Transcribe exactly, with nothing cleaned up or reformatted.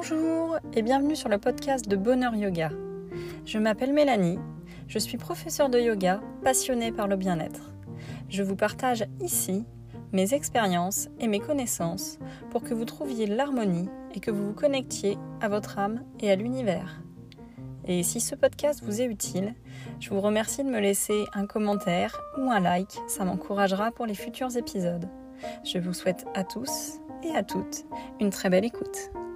Bonjour et bienvenue sur le podcast de Bonheur Yoga. Je m'appelle Mélanie, je suis professeure de yoga passionnée par le bien-être. Je vous partage ici mes expériences et mes connaissances pour que vous trouviez l'harmonie et que vous vous connectiez à votre âme et à l'univers. Et si ce podcast vous est utile, je vous remercie de me laisser un commentaire ou un like, ça m'encouragera pour les futurs épisodes. Je vous souhaite à tous et à toutes une très belle écoute.